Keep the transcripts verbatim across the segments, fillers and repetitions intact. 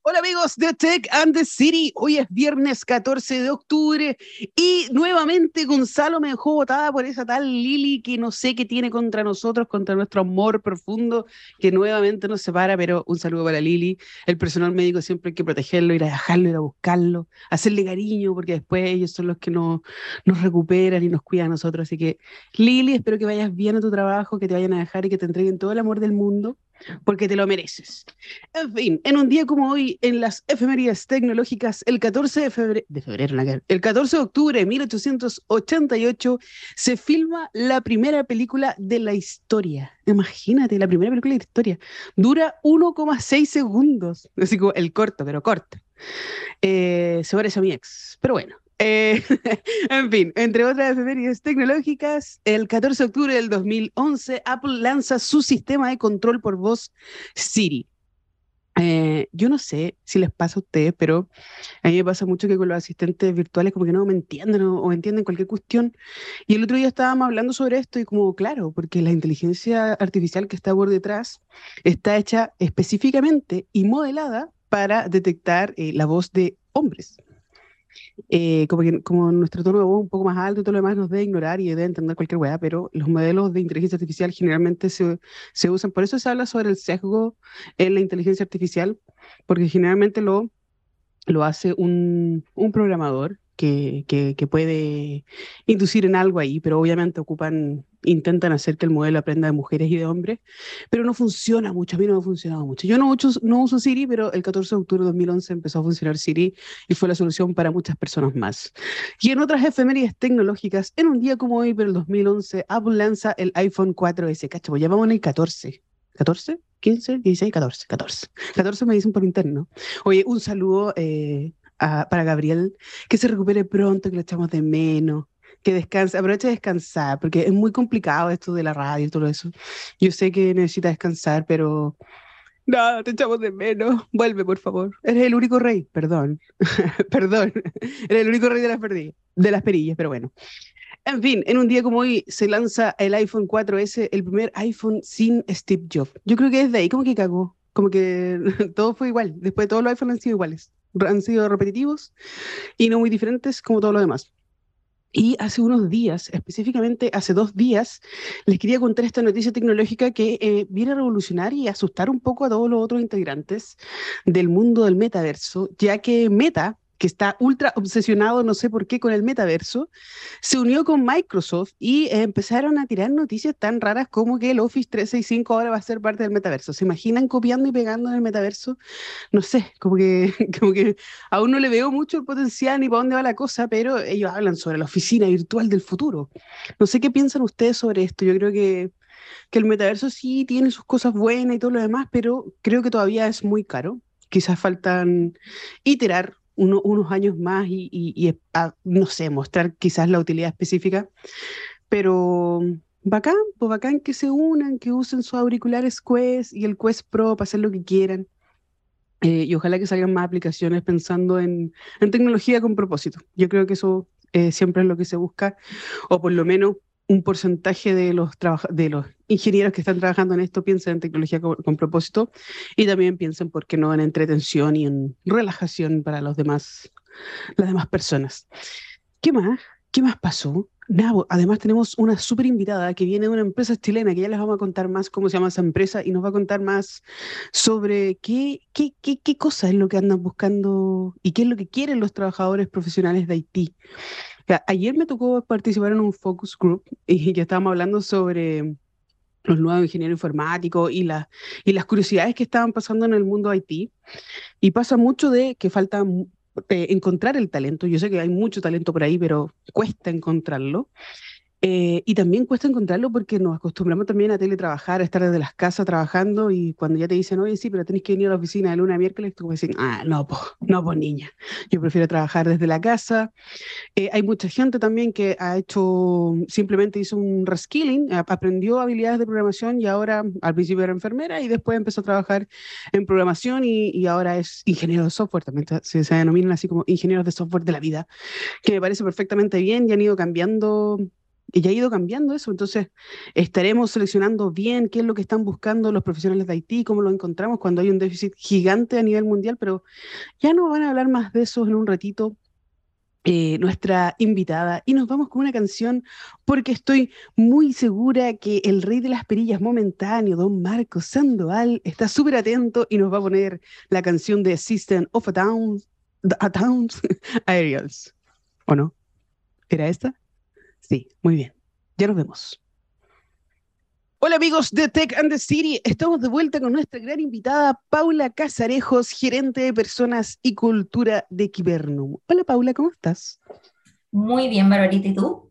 Hola amigos de Tech and the City, hoy es viernes catorce de octubre y nuevamente Gonzalo me dejó botada por esa tal Lili que no sé qué tiene contra nosotros, contra nuestro amor profundo que nuevamente nos separa, pero un saludo para Lili. El personal médico siempre hay que protegerlo, ir a dejarlo, ir a buscarlo, hacerle cariño porque después ellos son los que nos, nos recuperan y nos cuidan a nosotros. Así que Lili, espero que vayas bien a tu trabajo, que te vayan a dejar y que te entreguen todo el amor del mundo porque te lo mereces. En fin, en un día como hoy, en las efemérides tecnológicas, el catorce de febrero, de febrero, nada que ver, el catorce de octubre de mil ochocientos ochenta y ocho, se filma la primera película de la historia. Imagínate, la primera película de la historia. Dura uno coma seis segundos, así como el corto, pero corto. Eh, se parece a mi ex, pero bueno. Eh, en fin, entre otras efemérides tecnológicas, el catorce de octubre del dos mil once, Apple lanza su sistema de control por voz Siri. Eh, yo no sé si les pasa a ustedes, pero a mí me pasa mucho que con los asistentes virtuales como que no me entienden o, o entienden cualquier cuestión. Y el otro día estábamos hablando sobre esto y como, claro, porque la inteligencia artificial que está por detrás está hecha específicamente y modelada para detectar eh, la voz de hombres. Eh, como que como nuestro tono de voz un poco más alto y todo lo demás nos debe ignorar y debe entender cualquier weá, pero los modelos de inteligencia artificial generalmente se, se usan, por eso se habla sobre el sesgo en la inteligencia artificial, porque generalmente lo lo hace un, un programador que, que, que puede inducir en algo ahí, pero obviamente ocupan, intentan hacer que el modelo aprenda de mujeres y de hombres, pero no funciona mucho, a mí no me ha funcionado mucho. Yo no, mucho, no uso Siri, pero el catorce de octubre de dos mil once empezó a funcionar Siri y fue la solución para muchas personas más. Y en otras efemérides tecnológicas, en un día como hoy, pero el dos mil once, Apple lanza el iPhone cuatro ese, cacho, pues ya vamos en el catorce. ¿catorce? ¿quince? ¿dieciséis? catorce, catorce. catorce me dicen por interno. Oye, un saludo eh, a- para Gabriel, que se recupere pronto, que lo echamos de menos, que descanse, aproveche de descansar, porque es muy complicado esto de la radio y todo eso. Yo sé que necesita descansar, pero no, te echamos de menos. Vuelve, por favor. Eres el único rey, perdón, perdón. Eres el único rey de las perillas, de las perillas, pero bueno. En fin, en un día como hoy se lanza el iPhone cuatro ese, el primer iPhone sin Steve Jobs. Yo creo que desde ahí como que cagó, como que todo fue igual. Después todos los iPhones han sido iguales, han sido repetitivos y no muy diferentes como todo lo demás. Y hace unos días, específicamente hace dos días, les quería contar esta noticia tecnológica que eh, viene a revolucionar y asustar un poco a todos los otros integrantes del mundo del metaverso, ya que Meta, que está ultra obsesionado, no sé por qué, con el metaverso, se unió con Microsoft y eh, empezaron a tirar noticias tan raras como que el Office trescientos sesenta y cinco ahora va a ser parte del metaverso. ¿Se imaginan copiando y pegando en el metaverso? No sé, como que, como que aún no le veo mucho el potencial ni para dónde va la cosa, pero ellos hablan sobre la oficina virtual del futuro. No sé qué piensan ustedes sobre esto. Yo creo que, que el metaverso sí tiene sus cosas buenas y todo lo demás, pero creo que todavía es muy caro. Quizás faltan iterar uno, unos años más y, y, y a, no sé, mostrar quizás la utilidad específica, pero bacán, pues bacán que se unan, que usen sus auriculares Quest y el Quest Pro para hacer lo que quieran. Eh, y ojalá que salgan más aplicaciones pensando en, en tecnología con propósito. Yo creo que eso eh, siempre es lo que se busca, o por lo menos un porcentaje de los, trabaja- de los ingenieros que están trabajando en esto piensen en tecnología con, con propósito y también piensen, ¿por qué no?, en entretención y en relajación para los demás, las demás personas. ¿Qué más? ¿Qué más pasó? Nada, bo- además tenemos una súper invitada que viene de una empresa chilena, que ya les vamos a contar más cómo se llama esa empresa y nos va a contar más sobre qué, qué, qué, qué cosa es lo que andan buscando y qué es lo que quieren los trabajadores profesionales de Haití. O sea, ayer me tocó participar en un focus group y ya estábamos hablando sobre los nuevos ingenieros informáticos y, la, y las curiosidades que estaban pasando en el mundo de Haití. Y pasa mucho de que falta mu- eh, encontrar el talento. Yo sé que hay mucho talento por ahí, pero cuesta encontrarlo. Eh, y también cuesta encontrarlo porque nos acostumbramos también a teletrabajar, a estar desde las casas trabajando y cuando ya te dicen, oye, sí, pero tenés que venir a la oficina de lunes a miércoles, tú vas a decir, ah, no, pues, no, pues niña, yo prefiero trabajar desde la casa. Eh, hay mucha gente también que ha hecho, simplemente hizo un reskilling, a- aprendió habilidades de programación y ahora al principio era enfermera y después empezó a trabajar en programación y, y ahora es ingeniero de software, también se, se denominan así como ingenieros de software de la vida, que me parece perfectamente bien y han ido cambiando. y ya ha ido cambiando eso, entonces estaremos seleccionando bien qué es lo que están buscando los profesionales de Haití, cómo lo encontramos cuando hay un déficit gigante a nivel mundial, pero ya nos van a hablar más de eso en un ratito. Eh, nuestra invitada, y nos vamos con una canción porque estoy muy segura que el rey de las perillas momentáneo, don Marcos Sandoval, está súper atento y nos va a poner la canción de System of a Down, a Downs Aerials. ¿O no? ¿Era esta? Sí, muy bien. Ya nos vemos. Hola amigos de Tech and the City, estamos de vuelta con nuestra gran invitada Paula Casarejos, gerente de personas y cultura de Kibernum. Hola Paula, ¿cómo estás? Muy bien, Barbarita, ¿y tú?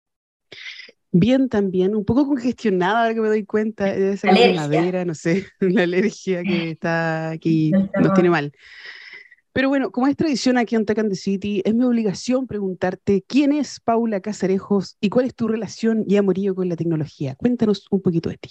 Bien también, un poco congestionada ahora que me doy cuenta, debe ser la Alergia. primavera, no sé, la alergia que está aquí Del nos tiene terror. mal. Pero bueno, como es tradición aquí en Tech and the City, es mi obligación preguntarte quién es Paula Casarejos y cuál es tu relación y amorío con la tecnología. Cuéntanos un poquito de ti.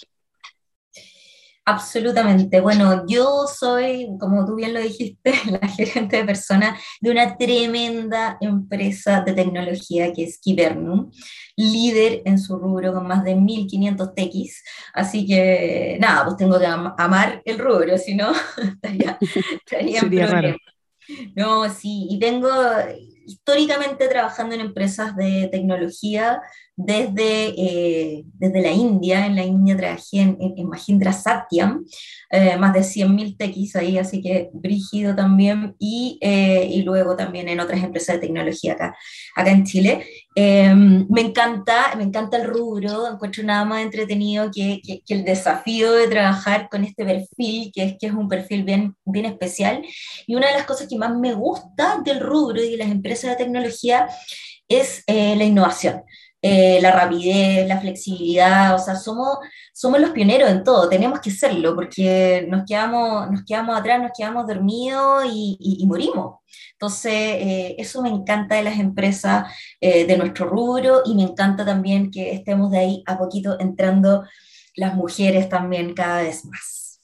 Absolutamente. Bueno, yo soy, como tú bien lo dijiste, la gerente de personas de una tremenda empresa de tecnología que es Kibernum, líder en su rubro con más de mil quinientos techis. Así que nada, pues tengo que am- amar el rubro, si no estaría, estaría en Sería raro. problemas. No, sí, y vengo históricamente trabajando en empresas de tecnología desde, eh, desde la India. En la India trabajé en, en, en Mahindra Satyam, eh, más de cien mil techis ahí, así que brígido también, y, eh, y luego también en otras empresas de tecnología acá, acá en Chile. Eh, me encanta, me encanta el rubro, encuentro nada más entretenido que, que, que el desafío de trabajar con este perfil, que es, que es un perfil bien, bien especial. Y una de las cosas que más me gusta del rubro y de las empresas de tecnología es eh, la innovación, eh, la rapidez, la flexibilidad. O sea, somos, somos los pioneros en todo, tenemos que serlo, porque nos quedamos, nos quedamos atrás, nos quedamos dormidos y, y, y morimos. Entonces, eh, eso me encanta de las empresas eh, de nuestro rubro, y me encanta también que estemos de ahí a poquito entrando las mujeres también cada vez más.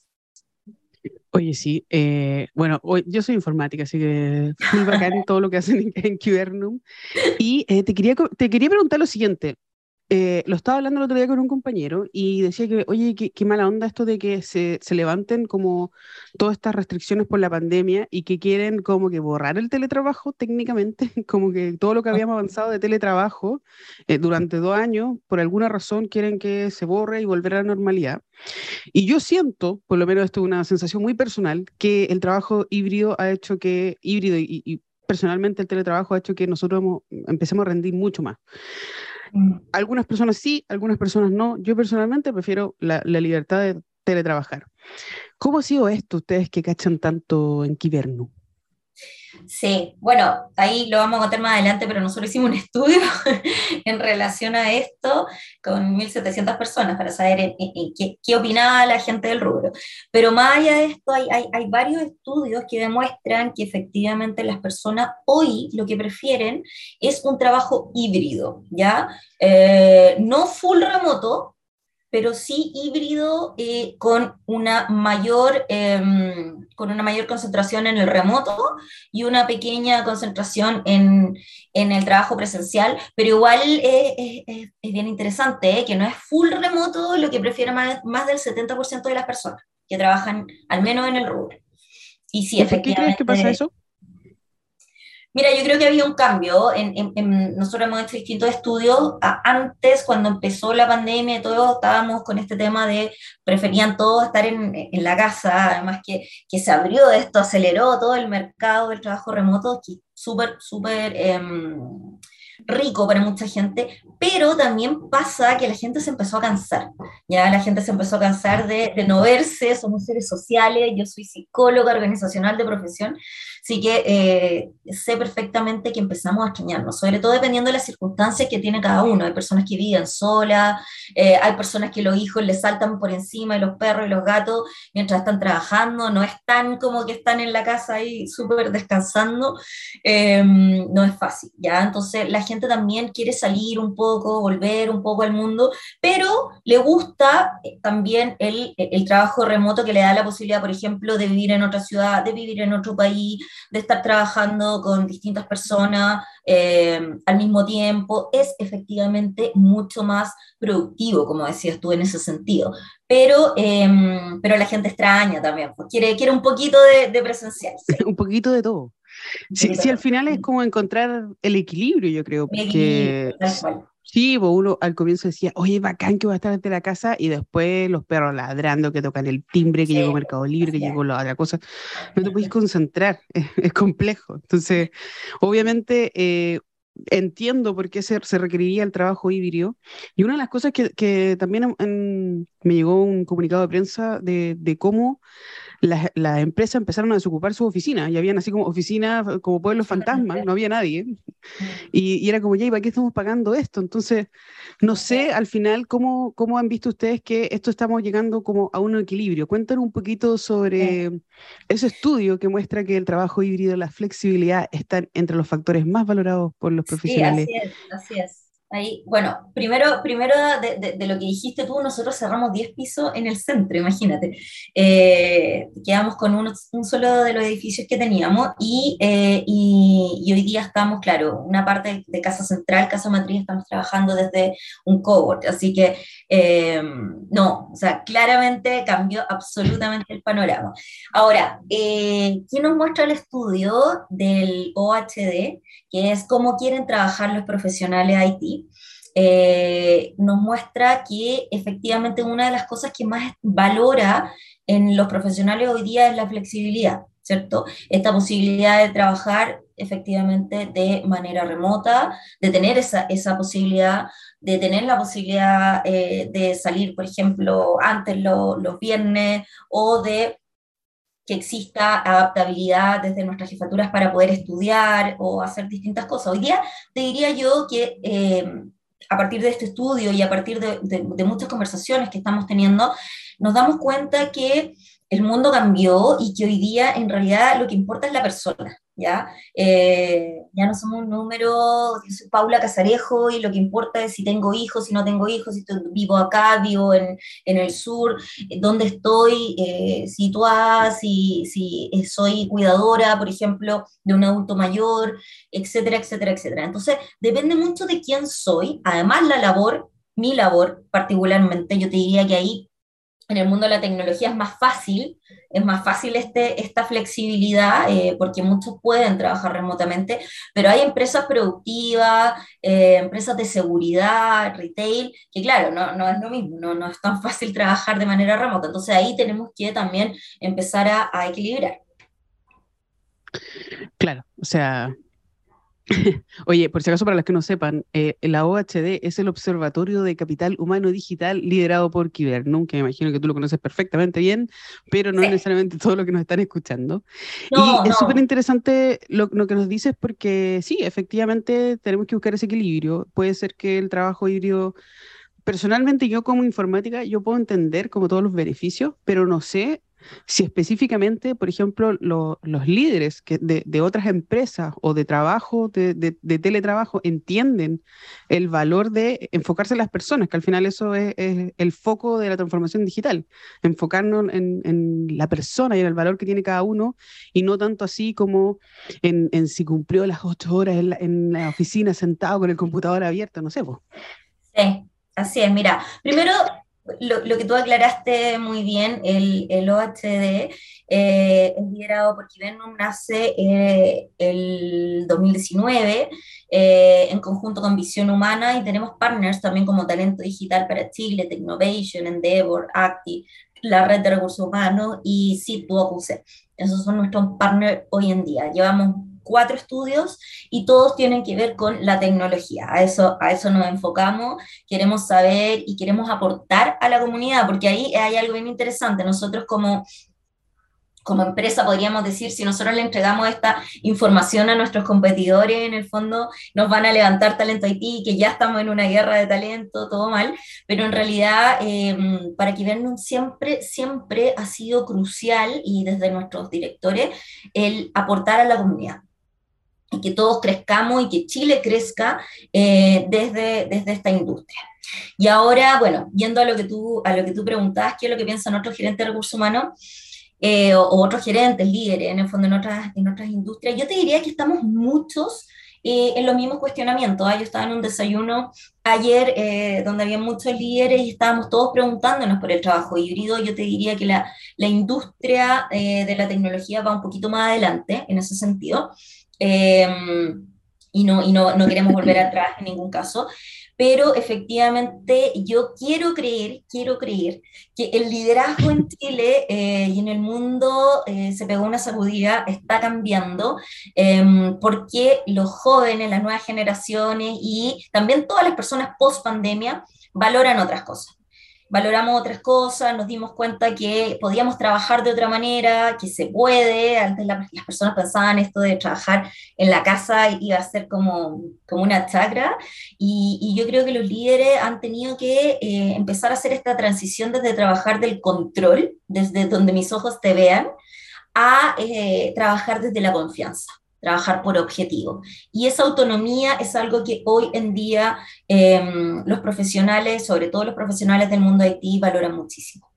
Oye, sí, eh, bueno, hoy- yo soy informática, así que full bacán todo lo que hacen en, en Kibernum. Y eh, te quería, co- te quería preguntar lo siguiente. Eh, lo estaba hablando el otro día con un compañero y decía que, oye, qué, qué mala onda esto de que se, se levanten como todas estas restricciones por la pandemia y que quieren como que borrar el teletrabajo técnicamente, como que todo lo que habíamos avanzado de teletrabajo eh, durante dos años, por alguna razón quieren que se borre y volver a la normalidad. Y yo siento, por lo menos esto es una sensación muy personal, que el trabajo híbrido ha hecho que, híbrido y, y personalmente el teletrabajo ha hecho que nosotros hemos- empecemos a rendir mucho más. Mm. Algunas personas sí, algunas personas no. Yo personalmente prefiero la, la libertad de teletrabajar. ¿Cómo ha sido esto, ustedes que cachan tanto en Kibernu? Sí, bueno, ahí lo vamos a contar más adelante, pero nosotros hicimos un estudio en relación a esto con mil setecientas personas para saber en, en- en qué, qué opinaba la gente del rubro. Pero más allá de esto, hay, hay, hay varios estudios que demuestran que efectivamente las personas hoy lo que prefieren es un trabajo híbrido, ¿ya? Eh, no full remoto, pero sí híbrido, eh, con una mayor, eh, con una mayor concentración en el remoto y una pequeña concentración en, en el trabajo presencial, pero igual eh, es, es, es, bien interesante, eh, que no es full remoto lo que prefiere más, más del setenta por ciento de las personas que trabajan al menos en el rubro. Y sí, ¿Y por qué crees que pasa efectivamente. eso? Mira, yo creo que había un cambio. En, en- en- nosotros hemos hecho distintos estudios. A- antes, cuando empezó la pandemia y todo, estábamos con este tema de preferían todos estar en, en la casa, además que, que se abrió esto, aceleró todo el mercado del trabajo remoto, que es súper, súper em, rico para mucha gente, pero también pasa que la gente se empezó a cansar. Ya la gente se empezó a cansar de, de no verse, somos seres sociales, yo soy psicóloga organizacional de profesión. Así que eh, sé perfectamente que empezamos a extrañarnos, sobre todo dependiendo de las circunstancias que tiene cada uno. Hay personas que viven solas, eh, hay personas que los hijos les saltan por encima y los perros y los gatos mientras están trabajando, no están como que están en la casa ahí súper descansando. Eh, no es fácil, ¿ya? Entonces la gente también quiere salir un poco, volver un poco al mundo, pero le gusta también el, el trabajo remoto que le da la posibilidad, por ejemplo, de vivir en otra ciudad, de vivir en otro país, de estar trabajando con distintas personas eh, al mismo tiempo. Es efectivamente mucho más productivo, como decías tú, en ese sentido. Pero, eh, pero la gente extraña también, pues quiere, quiere un poquito de, de presencial, sí. Un poquito de todo. Un Sí, poquito sí, de al todo. final es como encontrar el equilibrio, yo creo, Un equilibrio, porque tal cual. sí, pues uno al comienzo decía, oye, bacán que voy a estar desde la casa, y después los perros ladrando, que tocan el timbre, que Sí, llegó Mercado Libre, que así llegó es. la otra cosa, no te puedes concentrar, es, es complejo. Entonces, obviamente, eh, entiendo por qué se, se requeriría el trabajo híbrido. Y una de las cosas que, que también en- en- me llegó un comunicado de prensa de, de cómo las, las empresas empezaron a desocupar sus oficinas, y habían así como oficinas, como pueblos fantasmas, no había nadie. Mm, Y, y era como, ya, ¿y para qué estamos pagando esto? Entonces, no así es. sé al final cómo, cómo han visto ustedes que esto estamos llegando como a un equilibrio. Cuéntanos un poquito Sí. sobre ese estudio que muestra que el trabajo híbrido, la flexibilidad están entre los factores más valorados por los Sí, profesionales. así es, así es. Ahí, bueno, primero, primero de, de- de lo que dijiste tú, nosotros cerramos diez pisos en el centro, imagínate. Eh, quedamos con uno- un solo de los edificios que teníamos y, eh, y, y hoy día estamos, claro, una parte de Casa Central, Casa Matriz, estamos trabajando desde un cowork, así que eh, no, o sea, claramente cambió absolutamente el panorama. Ahora, eh, ¿qué nos muestra el estudio del O H D? Que es cómo quieren trabajar los profesionales I T, eh, nos muestra que efectivamente una de las cosas que más valora en los profesionales hoy día es la flexibilidad, ¿cierto? Esta posibilidad de trabajar efectivamente de manera remota, de tener esa, esa posibilidad, de tener la posibilidad eh, de salir, por ejemplo, antes lo, los viernes o de que exista adaptabilidad desde nuestras jefaturas para poder estudiar o hacer distintas cosas. Hoy día te diría yo que eh, a partir de este estudio y a partir de, de, de muchas conversaciones que estamos teniendo, nos damos cuenta que el mundo cambió y que hoy día en realidad lo que importa es la persona, ¿ya? Eh, ya no somos un número, yo soy Paula Casarejo y lo que importa es si tengo hijos, si no tengo hijos, si vivo acá, vivo en, en el sur, dónde estoy eh, situada, si, si soy cuidadora, por ejemplo, de un adulto mayor, etcétera, etcétera, etcétera. Entonces, depende mucho de quién soy. Además, la labor, mi labor particularmente, yo te diría que ahí en el mundo de la tecnología es más fácil, es más fácil este, esta flexibilidad, eh, porque muchos pueden trabajar remotamente, pero hay empresas productivas, eh, empresas de seguridad, retail, que claro, no, no es lo mismo, no, no es tan fácil trabajar de manera remota. Entonces ahí tenemos que también empezar a, a equilibrar. Claro, o sea, oye, por si acaso para los que no sepan, eh, la O H D es el Observatorio de Capital Humano Digital liderado por Kibernum, que me imagino que tú lo conoces perfectamente bien, pero no Sí. es necesariamente todo lo que nos están escuchando. Y No, es súper no. interesante lo, lo que nos dices porque sí, efectivamente tenemos que buscar ese equilibrio. Puede ser que el trabajo híbrido, personalmente yo como informática, yo puedo entender como todos los beneficios, pero no sé si específicamente, por ejemplo, lo- los líderes que de, de otras empresas o de trabajo, de, de- de teletrabajo, entienden el valor de enfocarse en las personas, que al final eso es, es el foco de la transformación digital, enfocarnos en, en la persona y en el valor que tiene cada uno, y no tanto así como en, en si cumplió las ocho horas en la, en la oficina sentado con el computador abierto, no sé, pues. Sí, así es. Mira, primero, lo, lo que tú aclaraste muy bien, el, el O H D eh, es liderado por Kibernum, nace eh, el dos mil diecinueve eh, en conjunto con Visión Humana y tenemos partners también como Talento Digital para Chile, Technovation, Endeavor, Acti, la Red de Recursos Humanos y S I P U O C U C. Esos son nuestros partners hoy en día. Llevamos cuatro estudios y todos tienen que ver con la tecnología. A eso, a eso nos enfocamos, queremos saber y queremos aportar a la comunidad, porque ahí hay algo bien interesante. Nosotros como, como empresa podríamos decir, si nosotros le entregamos esta información a nuestros competidores, en el fondo nos van a levantar talento Haití, que ya estamos en una guerra de talento, todo mal, pero en realidad eh, para Kibernum siempre, siempre ha sido crucial y desde nuestros directores el aportar a la comunidad. y que todos crezcamos y que Chile crezca eh, desde, desde esta industria. Y ahora, bueno, yendo a lo que tú, a lo que tú preguntabas, ¿qué es lo que piensan otros gerentes de recursos humanos eh, o, o otros gerentes, líderes, en el fondo en otras, en otras industrias? Yo te diría que estamos muchos eh, en los mismos cuestionamientos. ¿Ah? Yo estaba en un desayuno ayer eh, donde había muchos líderes y estábamos todos preguntándonos por el trabajo híbrido. Yo te diría que la, la industria eh, de la tecnología va un poquito más adelante en ese sentido. Eh, y no, y no, no queremos volver atrás en ningún caso, pero efectivamente yo quiero creer, quiero creer que el liderazgo en Chile eh, y en el mundo eh, se pegó una sacudida, está cambiando, eh, porque los jóvenes, las nuevas generaciones y también todas las personas post pandemia valoran otras cosas. Valoramos otras cosas, nos dimos cuenta que podíamos trabajar de otra manera, que se puede. Antes la, las personas pensaban esto de trabajar en la casa iba a ser como, como una chacra, y, y yo creo que los líderes han tenido que eh, empezar a hacer esta transición desde trabajar del control, desde donde mis ojos te vean, a eh, trabajar desde la confianza, trabajar por objetivo. Y esa autonomía es algo que hoy en día eh, los profesionales, sobre todo los profesionales del mundo I T, valoran muchísimo.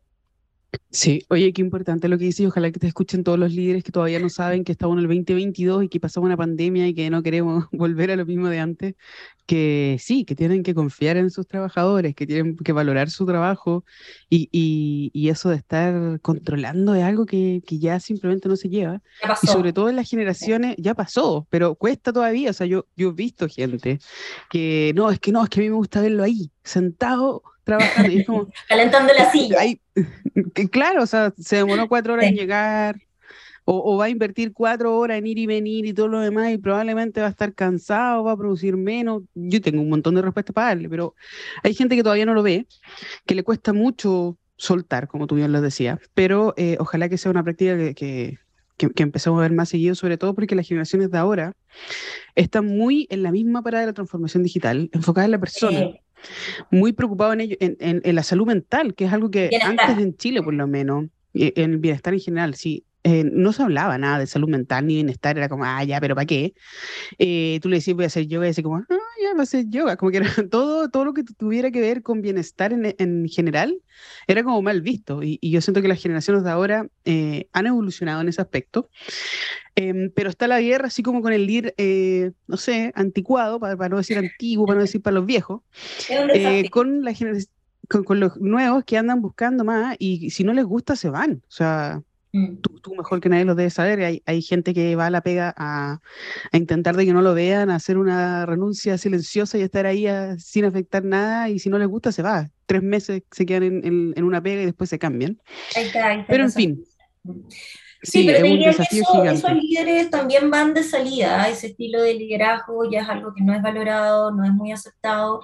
Sí, oye, qué importante lo que dices, y ojalá que te escuchen todos los líderes que todavía no saben que estamos en el veinte veintidós y que pasamos una pandemia y que no queremos volver a lo mismo de antes, que sí, que tienen que confiar en sus trabajadores, que tienen que valorar su trabajo y, y, y eso de estar controlando es algo que, que ya simplemente no se lleva. ¿Qué Y sobre pasó? todo en las generaciones, ya pasó, pero cuesta todavía. O sea, yo, yo he visto gente que no, es que no, es que a mí me gusta verlo ahí, sentado, trabajando, y es como, Calentando la silla. hay, que claro, o sea, se demoró cuatro horas en Sí. llegar, o, o va a invertir cuatro horas en ir y venir y todo lo demás, y probablemente va a estar cansado, va a producir menos. Yo tengo un montón de respuestas para darle, pero hay gente que todavía no lo ve, que le cuesta mucho soltar, como tú bien lo decías, pero eh, ojalá que sea una práctica que, que, que, que empecemos a ver más seguido, sobre todo porque las generaciones de ahora están muy en la misma parada de la transformación digital, enfocadas en la persona, Eh, muy preocupado en ello, en, en, en la salud mental, que es algo que antes bienestar. en Chile, por lo menos, y en el bienestar en general, sí, eh, no se hablaba nada de salud mental ni bienestar, era como, ah, ya, pero ¿para qué? Eh, tú le decías, voy a hacer yoga, y decía como, ah, ya, voy a hacer yoga, como que era todo, todo lo que tuviera que ver con bienestar en, en general, era como mal visto, y, y yo siento que las generaciones de ahora eh, han evolucionado en ese aspecto. Em, pero está la guerra así como con el líder, eh, no sé, anticuado, para, para no decir antiguo, para no decir para los viejos, Es un eh, desafío. con, la genera- con, con los nuevos que andan buscando más y si no les gusta se van. O sea, Mm. tú, tú mejor que nadie lo debes saber. Hay, hay gente que va a la pega a, a intentar de que no lo vean, a hacer una renuncia silenciosa y estar ahí a- sin afectar nada, y si no les gusta se va. Tres meses se quedan en, en- en una pega y después se cambian. Ahí está, ahí está el Pero en fin, desafío. Mm. Sí, sí, pero es te un diría que desafío eso, esos gigante. líderes también van de salida. ¿Eh? Ese estilo de liderazgo ya es algo que no es valorado, no es muy aceptado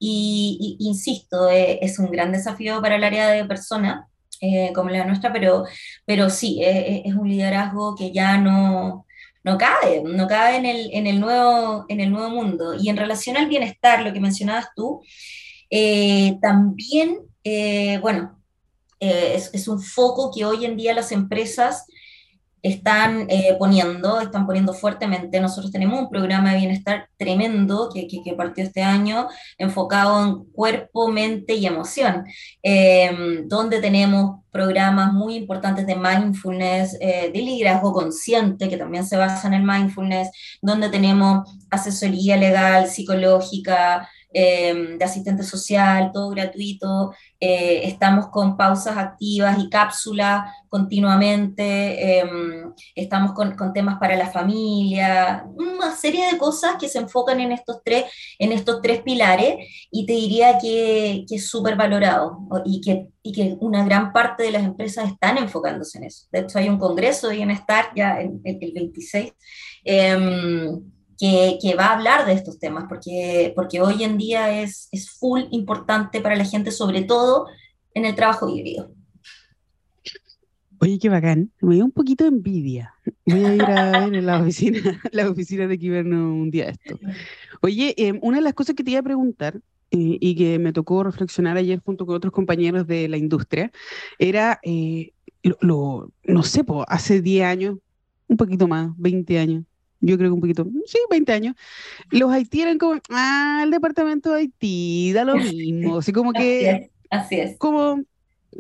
y, y- insisto, eh, es un gran desafío para el área de personas eh, como la nuestra, pero, pero sí, eh, eh, es un liderazgo que ya no, no cabe, no cabe en el, en el nuevo, en el nuevo mundo. Y en relación al bienestar, lo que mencionabas tú, eh, también, eh, bueno, eh, es, es un foco que hoy en día las empresas están eh, poniendo, están poniendo fuertemente. Nosotros tenemos un programa de bienestar tremendo que, que, que partió este año, enfocado en cuerpo, mente y emoción, eh, donde tenemos programas muy importantes de mindfulness, eh, de liderazgo consciente, que también se basa en el mindfulness, donde tenemos asesoría legal, psicológica, eh, de asistente social, todo gratuito. Eh, estamos con pausas activas y cápsulas continuamente, eh, estamos con, con, temas para la familia, una serie de cosas que se enfocan en estos tres, en estos tres pilares, y te diría que, que es súper valorado y que, y que una gran parte de las empresas están enfocándose en eso. De hecho, hay un congreso de bienestar ya en, en el veintiséis. Eh, que, que, va a hablar de estos temas, porque, porque hoy en día es, es full importante para la gente, sobre todo en el trabajo híbrido. Oye, qué bacán. Me dio un poquito de envidia. Voy a ir a ver en la oficina, la oficina de Kiberno un día esto. Oye, eh, una de las cosas que te iba a preguntar eh, y que me tocó reflexionar ayer junto con otros compañeros de la industria era, eh, lo, lo- no sé, po, hace diez años, un poquito más, veinte años. yo creo que un poquito, sí, veinte años, los Haití eran como, ah, el departamento de Haití, da lo mismo, así como Así que, es, así es. como un,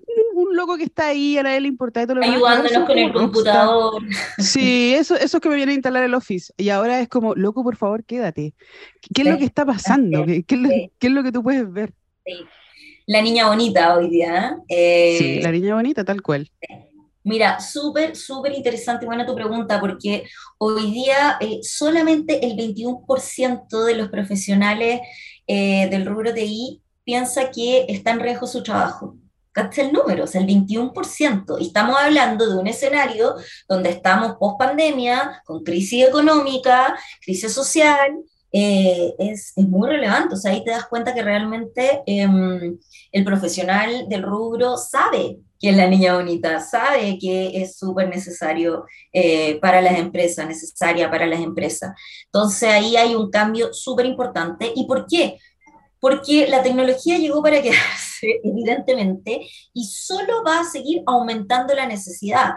un loco que está ahí, a nadie le importa y todo lo demás, y ahora Ayudándonos son con como el rockstar. computador. Sí, eso, eso es que me viene a instalar el Office, y ahora es como, loco, por favor, quédate. ¿Qué es lo que Sí, está así pasando? es, ¿Qué, qué es lo, sí, qué es lo que tú puedes ver? sí. La niña bonita hoy día. Sí, ¿Eh? la niña bonita, tal cual. Mira, súper, súper interesante y buena tu pregunta, porque hoy día eh, solamente el veintiuno por ciento de los profesionales eh, del rubro T I piensa que está en riesgo su trabajo. Capta el número, o sea, el veintiuno por ciento. Y estamos hablando de un escenario donde estamos post pandemia, con crisis económica, crisis social. Eh, es, es muy relevante, o sea, ahí te das cuenta que realmente eh, el profesional del rubro sabe que es la niña bonita, sabe que es súper necesario eh, para las empresas, necesaria para las empresas. Entonces ahí hay un cambio súper importante. ¿Y por qué? Porque la tecnología llegó para quedarse, evidentemente, y solo va a seguir aumentando la necesidad.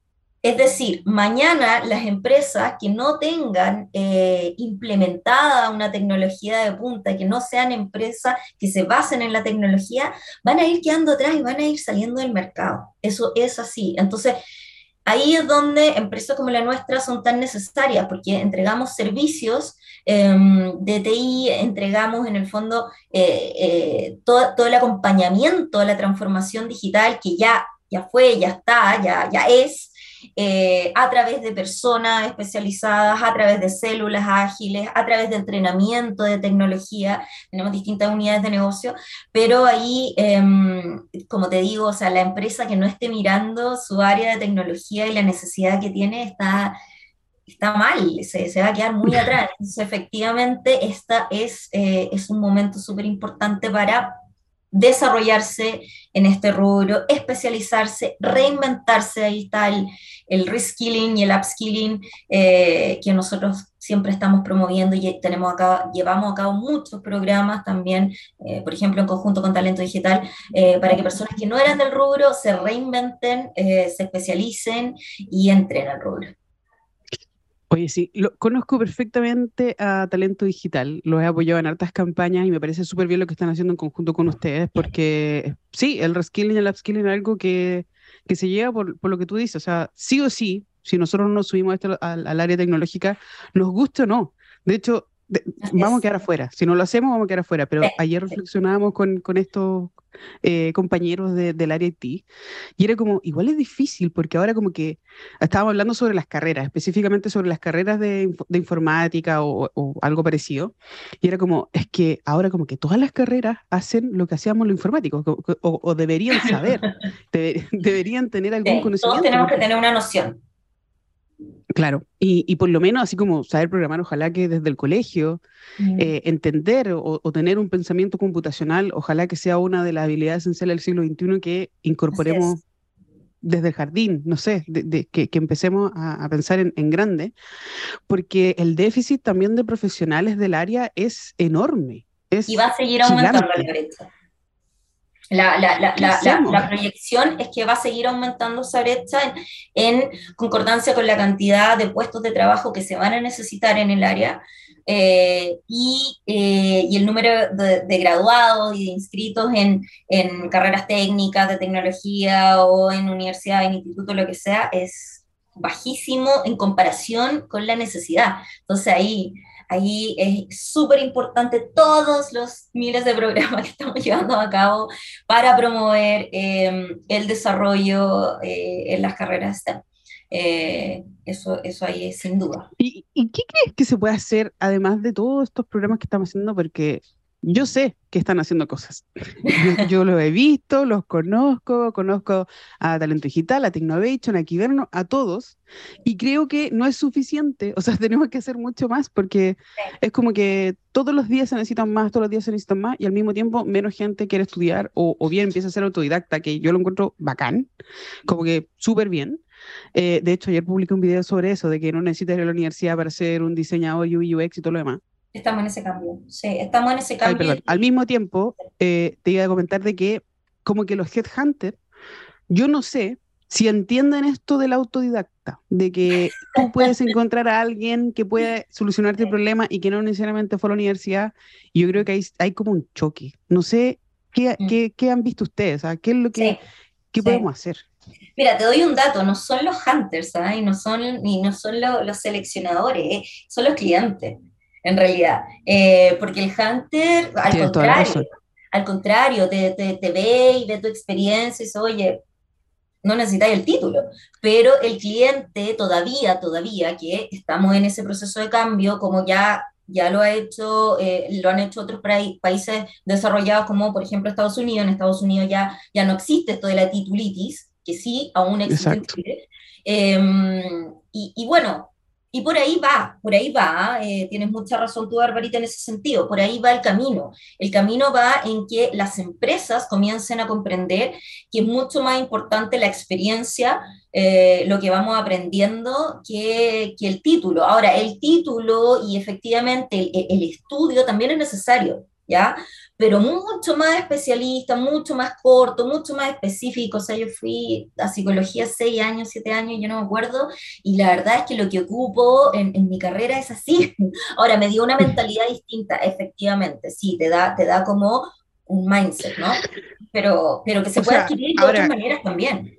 Es decir, mañana las empresas que no tengan eh, implementada una tecnología de punta, que no sean empresas que se basen en la tecnología, van a ir quedando atrás y van a ir saliendo del mercado. Eso es así. Entonces, ahí es donde empresas como la nuestra son tan necesarias, porque entregamos servicios eh, de T I, entregamos en el fondo eh, eh, todo, todo el acompañamiento a la transformación digital que ya, ya fue, ya está, ya, ya es, eh, a través de personas especializadas, a través de células ágiles, a través de entrenamiento de tecnología. Tenemos distintas unidades de negocio, pero ahí, eh, como te digo, o sea, la empresa que no esté mirando su área de tecnología y la necesidad que tiene está, está mal, se, se va a quedar muy atrás. Entonces, efectivamente, esta es, eh, es un momento súper importante para desarrollarse en este rubro, especializarse, reinventarse. Ahí está el, el reskilling y el upskilling eh, que nosotros siempre estamos promoviendo y tenemos acá, llevamos a cabo muchos programas también, eh, por ejemplo, en conjunto con Talento Digital, eh, para que personas que no eran del rubro se reinventen, eh, se especialicen y entren al rubro. Oye, sí, lo, conozco perfectamente a Talento Digital, los he apoyado en hartas campañas y me parece súper bien lo que están haciendo en conjunto con ustedes, porque sí, el reskilling y el upskilling es algo que, que se lleva por, por lo que tú dices, o sea, sí o sí, si nosotros no nos subimos a esto al, al área tecnológica, nos guste o no. De hecho, de- Así vamos a es. quedar afuera, si no lo hacemos vamos a quedar afuera, Sí, pero ayer sí. reflexionábamos con, con estos eh, compañeros de- del área I T y era como, igual es difícil, porque ahora como que estábamos hablando sobre las carreras, específicamente sobre las carreras de, inf- de informática o, o algo parecido. Y era como, es que ahora como que todas las carreras hacen lo que hacíamos los informáticos, co- co- o, o deberían saber, debe- deberían tener algún Sí, todos conocimiento, tenemos que porque, tener una noción. claro, y, y por lo menos así como saber programar, ojalá que desde el colegio, Mm. eh, entender o, o tener un pensamiento computacional, ojalá que sea una de las habilidades esenciales del siglo veintiuno que Así incorporemos es. desde el jardín, no sé, de, de- que, que empecemos a, a pensar en, en grande, porque el déficit también de profesionales del área es enorme, Y va es a seguir aumentando la gigante. brecha. La, la, la, ¿Qué la, la, hacemos? la proyección es que va a seguir aumentando esa brecha en, en concordancia con la cantidad de puestos de trabajo que se van a necesitar en el área eh, y, eh, y el número de, de graduados y de inscritos en, en carreras técnicas, de tecnología o en universidad, en instituto, lo que sea, es bajísimo en comparación con la necesidad. Entonces ahí ahí es súper importante todos los miles de programas que estamos llevando a cabo para promover eh, el desarrollo eh, en las carreras STEM. Eh, eso, eso ahí es sin duda. ¿Y, y qué crees que se puede hacer además de todos estos programas que estamos haciendo? Porque yo sé que están haciendo cosas. Yo, yo los he visto, los conozco, conozco a Talento Digital, a Technovation, a Kiverno, a todos, y creo que no es suficiente. O sea, tenemos que hacer mucho más porque es como que todos los días se necesitan más, todos los días se necesitan más, y al mismo tiempo menos gente quiere estudiar o, o bien empieza a ser autodidacta, que yo lo encuentro bacán, como que súper bien. Eh, de hecho, ayer publiqué un video sobre eso, de que no necesitas ir a la universidad para ser un diseñador U I U X y todo lo demás. Estamos en ese cambio. Sí, estamos en ese Ay, cambio. perdón. Al mismo tiempo, eh, te iba a comentar de que como que los headhunters, yo no sé, si entienden esto del autodidacta, de que tú puedes encontrar a alguien que pueda solucionarte el problema y que no necesariamente fue a la universidad, yo creo que hay, hay como un choque. No sé qué, Mm. qué, qué han visto ustedes, ¿ah? ¿Qué es lo que Sí, qué sí. podemos hacer? Mira, te doy un dato, no son los hunters, ¿ah? Y no son, y no son lo- los seleccionadores, ¿eh? Son los clientes, en realidad. Eh, porque el hunter, al Tienes toda la contrario, razón. al contrario, te, te, te ve y ve tu experiencia y dice, oye, no necesitáis el título, pero el cliente todavía, todavía, que estamos en ese proceso de cambio, como ya, ya lo ha hecho, eh, lo han hecho otros países desarrollados, como por ejemplo Estados Unidos. En Estados Unidos ya, ya no existe esto de la titulitis, que sí, aún existe en Exacto. Chile. Eh, y, y, bueno, y por ahí va, por ahí va, eh, tienes mucha razón tú, Barbarita, en ese sentido, por ahí va el camino. El camino va en que las empresas comiencen a comprender que es mucho más importante la experiencia, eh, lo que vamos aprendiendo, que, que, el título. Ahora, el título y efectivamente el, el estudio también es necesario, ¿ya? Pero mucho más especialista, mucho más corto, mucho más específico. O sea, yo fui a psicología seis años, siete años, yo no me acuerdo, y la verdad es que lo que ocupo en, en mi carrera es así. Ahora, me dio una mentalidad distinta, efectivamente, sí, te da, te da como un mindset, ¿no? Pero, pero que se O puede sea, adquirir de otras ahora maneras también.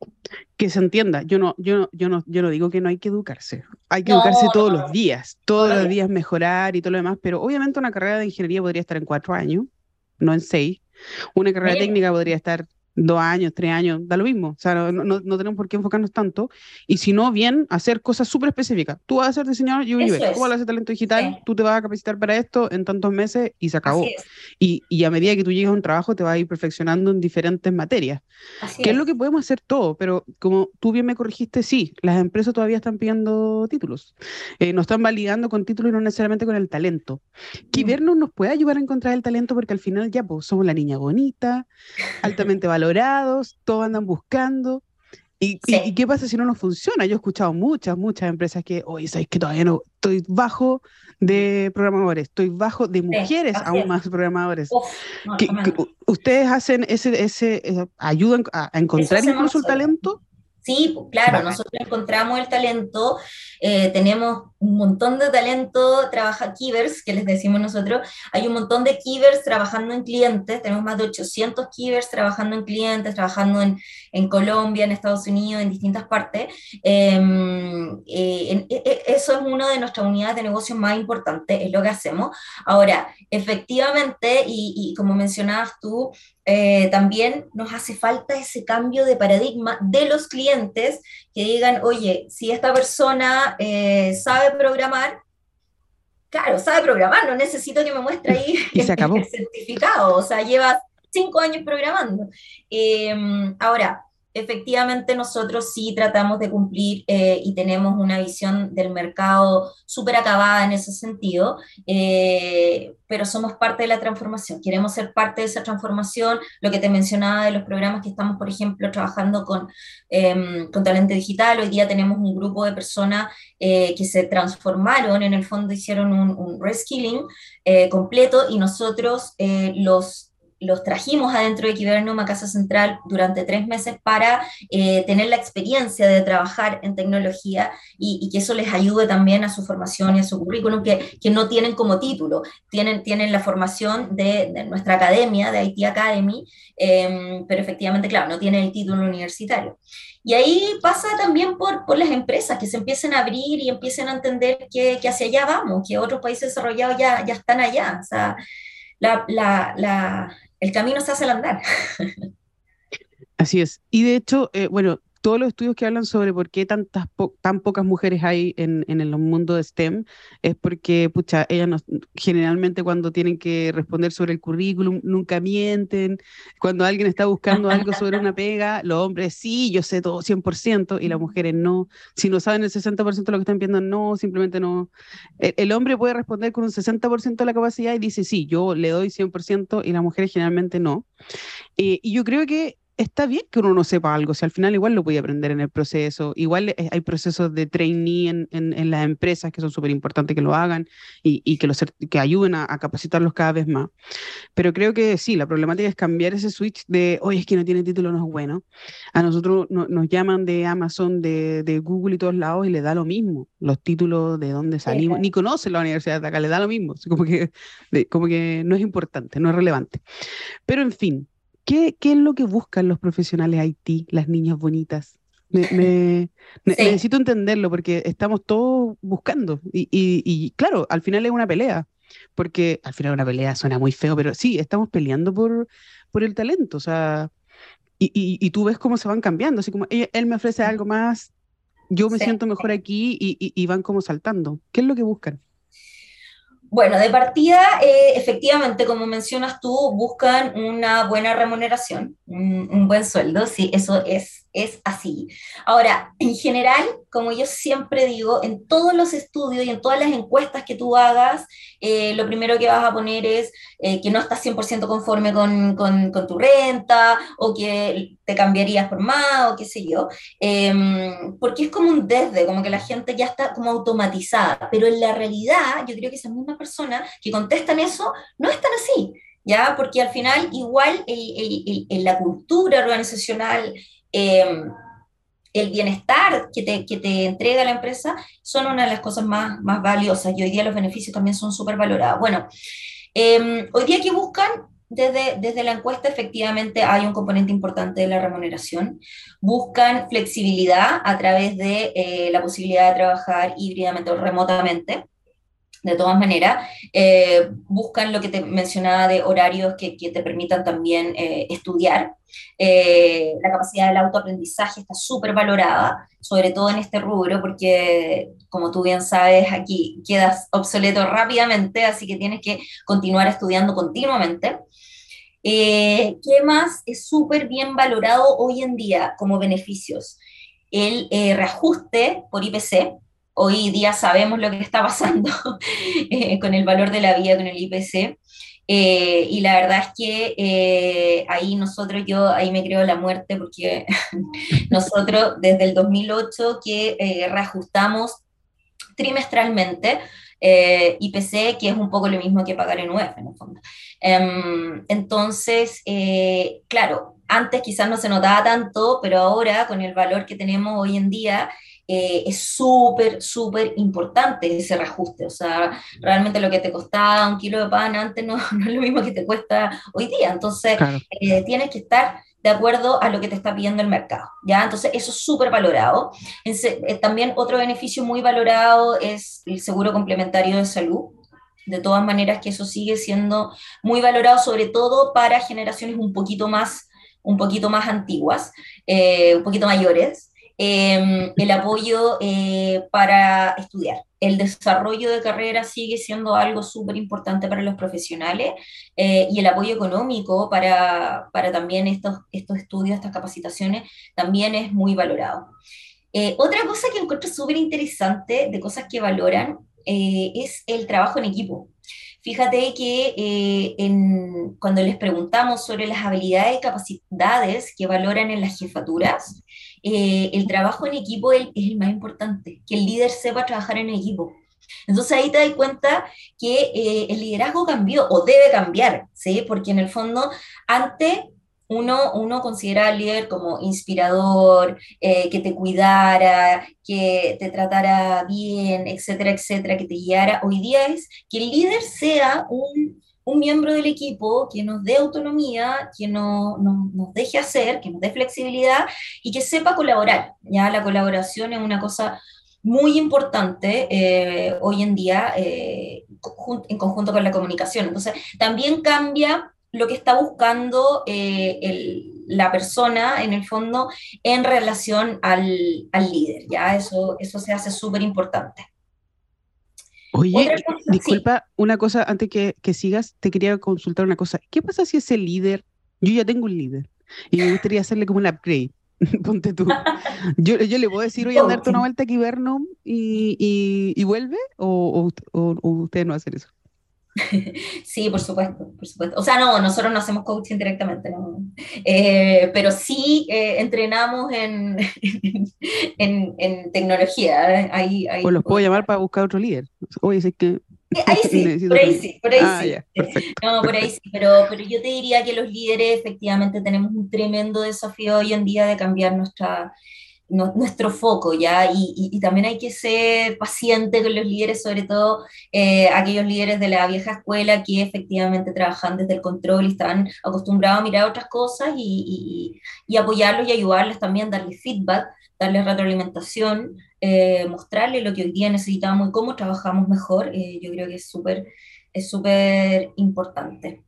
que se entienda, yo no, yo no, yo no, yo no digo que no hay que educarse, hay que educarse No, no, todos no, los no, días, todos todos los los días. días mejorar y todo lo demás, pero obviamente una carrera de ingeniería podría estar en cuatro años, no en seis. Una carrera Menos. técnica podría estar dos años, tres años, da lo mismo. O sea, no, no, no tenemos por qué enfocarnos tanto. Y si no, bien, hacer cosas súper específicas. Tú vas a ser diseñador Eso U X, tú vas a es. hacer talento digital, Sí, tú te vas a capacitar para esto en tantos meses y se así acabó. es. Y, y a medida que tú llegas a un trabajo, te vas a ir perfeccionando en diferentes materias. Así ¿Qué es lo es. que podemos hacer todo? Pero como tú bien me corregiste, sí, las empresas todavía están pidiendo títulos. Eh, nos están validando con títulos y no necesariamente con el talento. Mm. Kiberno nos puede ayudar a encontrar el talento porque al final ya pues, somos la niña bonita, altamente valorados, todos andan buscando. ¿Y, y, y Sí, qué pasa si no nos funciona? Yo he escuchado muchas, muchas empresas que, oye, ¿sabes que todavía no? Estoy bajo de programadores, estoy bajo de sí, mujeres así aún es. más programadores. Uf, no, ¿Qué- qué- tremendo. ¿Ustedes hacen ese, ese, eh, ayudan a, a Eso encontrar hacemos incluso el nosotros. talento? Sí, pues, claro, Bacán. nosotros encontramos el talento, eh, tenemos un montón de talento, trabaja Keyverse, que les decimos nosotros, hay un montón de Keyverse trabajando en clientes, tenemos más de ochocientos Keyverse trabajando en clientes, trabajando en, en Colombia, en Estados Unidos, en distintas partes. Eh, eh, en- e- e- eso es una de nuestras unidades de negocio más importantes, es lo que hacemos. Ahora, efectivamente, y, y como mencionabas tú, eh, también nos hace falta ese cambio de paradigma de los clientes que digan, oye, si esta persona eh, sabe programar, claro, sabe programar, no necesito que me muestre ahí Y se el, el- el acabó. certificado, o sea, lleva cinco años programando. Eh, ahora, efectivamente nosotros sí tratamos de cumplir eh, y tenemos una visión del mercado súper acabada en ese sentido, eh, pero somos parte de la transformación, queremos ser parte de esa transformación, lo que te mencionaba de los programas que estamos, por ejemplo, trabajando con, eh, con Talento Digital, hoy día tenemos un grupo de personas eh, que se transformaron, en el fondo hicieron un, un reskilling eh, completo y nosotros eh, los, los trajimos adentro de Kibernum a Casa Central durante tres meses para eh, tener la experiencia de trabajar en tecnología y, y, que eso les ayude también a su formación y a su currículum, que, que no tienen como título, tienen, tienen la formación de, de nuestra academia, de I T Academy, eh, pero efectivamente, claro, no tienen el título universitario. Y ahí pasa también por, por las empresas que se empiecen a abrir y empiecen a entender que, que hacia allá vamos, que otros países desarrollados ya, ya están allá. O sea, la, la, la, el camino se hace al andar. Así es. Y de hecho, eh, bueno, todos los estudios que hablan sobre por qué tantas po- tan pocas mujeres hay en, en el mundo de STEM es porque, pucha, ellas no- generalmente cuando tienen que responder sobre el currículum nunca mienten. Cuando alguien está buscando algo sobre una pega, los hombres sí, yo sé todo cien por ciento y las mujeres no. Si no saben el sesenta por ciento de lo que están viendo, no, simplemente no. El, el hombre puede responder con un sesenta por ciento de la capacidad y dice sí, yo le doy cien por ciento y las mujeres generalmente no. Eh, y yo creo que está bien que uno no sepa algo, si al final igual lo puede aprender en el proceso, igual eh, hay procesos de trainee en, en, en las empresas que son súper importantes que lo hagan y, y que, los, cert- que ayuden a, a capacitarlos cada vez más. Pero creo que sí, la problemática es cambiar ese switch de, oye, es que no tiene título, no es bueno. A nosotros no- nos llaman de Amazon, de, de Google y todos lados y le da lo mismo. Los títulos de dónde salimos, ni conocen la universidad de acá, le da lo mismo. Así como que, de- como que no es importante, no es relevante. Pero en fin, ¿qué, qué es lo que buscan los profesionales I T, las niñas bonitas? Me, me- ne- Sí. necesito entenderlo porque estamos todos buscando y, y- y claro, al final es una pelea, porque al final una pelea suena muy feo, pero sí, estamos peleando por, por el talento, o sea, y, y- y tú ves cómo se van cambiando, así como "Ella- él me ofrece algo más, yo me Sí. siento mejor aquí y, y- y van como saltando. ¿Qué es lo que buscan? Bueno, de partida, eh, efectivamente, como mencionas tú, buscan una buena remuneración, un, un buen sueldo, sí, eso es, es así. Ahora, en general, como yo siempre digo, en todos los estudios y en todas las encuestas que tú hagas, eh, lo primero que vas a poner es eh, que no estás cien por ciento conforme con, con, con tu renta o que te cambiarías por más o qué sé yo. Eh, porque es como un desde, como que la gente ya está como automatizada, pero en la realidad yo creo que esas mismas personas que contestan eso no están así, ¿ya? Porque al final igual el, el, el, el, la cultura organizacional, eh, el bienestar que te, que te entrega la empresa son una de las cosas más, más valiosas y hoy día los beneficios también son súper valorados. Bueno, eh, hoy día que buscan, desde, desde la encuesta efectivamente hay un componente importante de la remuneración. Buscan flexibilidad a través de eh, la posibilidad de trabajar híbridamente o remotamente. De todas maneras, eh, buscan lo que te mencionaba de horarios que, que te permitan también eh, estudiar. Eh, la capacidad del autoaprendizaje está súper valorada, sobre todo en este rubro, porque como tú bien sabes, aquí quedas obsoleto rápidamente, así que tienes que continuar estudiando continuamente. Eh, ¿Qué más es súper bien valorado hoy en día como beneficios? El eh, reajuste por I P C. Hoy día sabemos lo que está pasando eh, con el valor de la vida, con el I P C. Eh, y la verdad es que eh, ahí nosotros, yo ahí me creo la muerte porque nosotros desde el dos mil ocho que eh, reajustamos trimestralmente eh, I P C, que es un poco lo mismo que pagar en U F, en el fondo. Um, entonces, eh, claro, antes quizás no se notaba tanto, pero ahora con el valor que tenemos hoy en día, eh, es súper, súper importante ese reajuste. O sea, realmente lo que te costaba un kilo de pan antes no, no es lo mismo que te cuesta hoy día. Entonces, Claro. eh, tienes que estar de acuerdo a lo que te está pidiendo el mercado, ¿ya? Entonces, eso es súper valorado. Eh, también otro beneficio muy valorado es el seguro complementario de salud. De todas maneras que eso sigue siendo muy valorado, sobre todo para generaciones un poquito más, un poquito más antiguas, eh, un poquito mayores. Eh, el apoyo eh, para estudiar. El desarrollo de carrera sigue siendo algo súper importante para los profesionales eh, y el apoyo económico para, para también estos, estos estudios, estas capacitaciones, también es muy valorado. Eh, otra cosa que encuentro súper interesante de cosas que valoran eh, es el trabajo en equipo. Fíjate que eh, en, cuando les preguntamos sobre las habilidades y capacidades que valoran en las jefaturas, eh, el trabajo en equipo es, es el más importante, que el líder sepa trabajar en equipo. Entonces ahí te das cuenta que eh, el liderazgo cambió o debe cambiar, ¿sí? Porque en el fondo antes uno, uno considera al líder como inspirador, eh, que te cuidara, que te tratara bien, etcétera, etcétera, que te guiara. Hoy día es que el líder sea un, un miembro del equipo que nos dé autonomía, que no, no, nos deje hacer, que nos dé flexibilidad y que sepa colaborar. Ya la colaboración es una cosa muy importante eh, hoy en día eh, en conjunto con la comunicación. Entonces, también cambia lo que está buscando eh, el, la persona en el fondo en relación al, al líder, ¿ya? Eso, eso se hace súper importante. Oye, Otra y- cosa, sí. disculpa, una cosa antes que, que sigas, te quería consultar una cosa. ¿Qué pasa si ese líder, yo ya tengo un líder y me gustaría hacerle como un upgrade? Ponte tú. Yo, yo le puedo decir, oye, andarte una Coaching. vuelta aquí, Vernon, y, y, y vuelve, o, o, ust- o- o ustedes no hacen eso. Sí, por supuesto, por supuesto. O sea, no, nosotros no hacemos coaching directamente, no. Eh, pero sí eh, entrenamos en, en, en tecnología. ¿Eh? Ahí, O ahí los puedo llamar podría. para buscar otro líder. Oye, si es que Eh, Ahí sí, necesito por otro ahí líder. sí, por ahí Ah, sí. ya, perfecto, No, por ahí sí, perfecto. pero, pero yo te diría que los líderes efectivamente tenemos un tremendo desafío hoy en día de cambiar nuestra, no- nuestro foco, ¿ya? Y, y- y también hay que ser paciente con los líderes, sobre todo eh, aquellos líderes de la vieja escuela que efectivamente trabajan desde el control y están acostumbrados a mirar otras cosas y, y- y apoyarlos y ayudarles también, darles feedback, darles retroalimentación, eh, mostrarles lo que hoy día necesitamos y cómo trabajamos mejor. Eh, yo creo que es súper, es súper importante.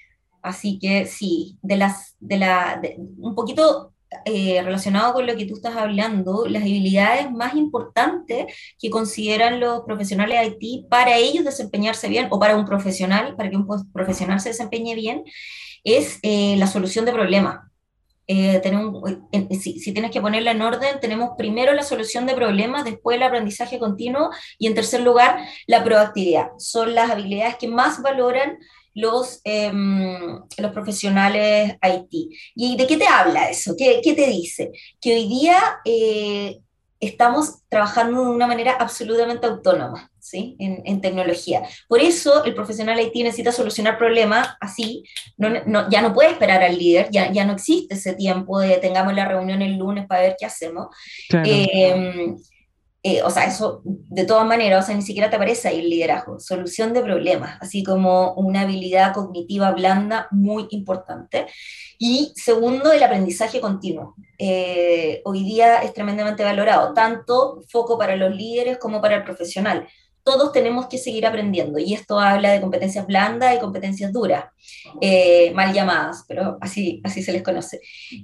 Así que sí, de las, de la, de- un poquito eh, relacionado con lo que tú estás hablando, las habilidades más importantes que consideran los profesionales de I T para ellos desempeñarse bien, o para un profesional, para que un profesional se desempeñe bien, es eh, la solución de problemas. Eh, tenemos, eh, si, si, tienes que ponerla en orden, tenemos primero la solución de problemas, después el aprendizaje continuo y en tercer lugar la proactividad. Son las habilidades que más valoran los, eh, los profesionales I T. ¿Y de qué te habla eso? ¿Qué, qué te dice? Que hoy día eh, estamos trabajando de una manera absolutamente autónoma, ¿sí? En, en tecnología. Por eso el profesional I T necesita solucionar problemas así, no, no, ya no puede esperar al líder, ya, ya no existe ese tiempo de tengamos la reunión el lunes para ver qué hacemos. Claro. Eh, eh, o sea, eso de todas maneras, o sea, ni siquiera te aparece ahí el liderazgo, solución de problemas, así como una habilidad cognitiva blanda muy importante. Y segundo, el aprendizaje continuo. Eh, hoy día es tremendamente valorado, tanto foco para los líderes como para el profesional. Todos tenemos que seguir aprendiendo y esto habla de competencias blandas y competencias duras, eh, mal llamadas, pero así, así se les conoce.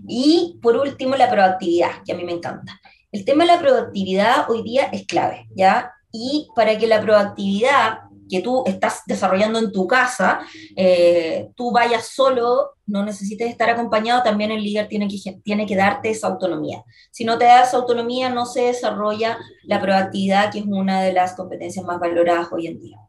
Y por último, la proactividad, que a mí me encanta. El tema de la proactividad hoy día es clave, ¿ya? Y para que la proactividad que tú estás desarrollando en tu casa, eh, tú vayas solo, no necesites estar acompañado, también el líder tiene que, tiene que darte esa autonomía. Si no te das esa autonomía, no se desarrolla la proactividad, que es una de las competencias más valoradas hoy en día.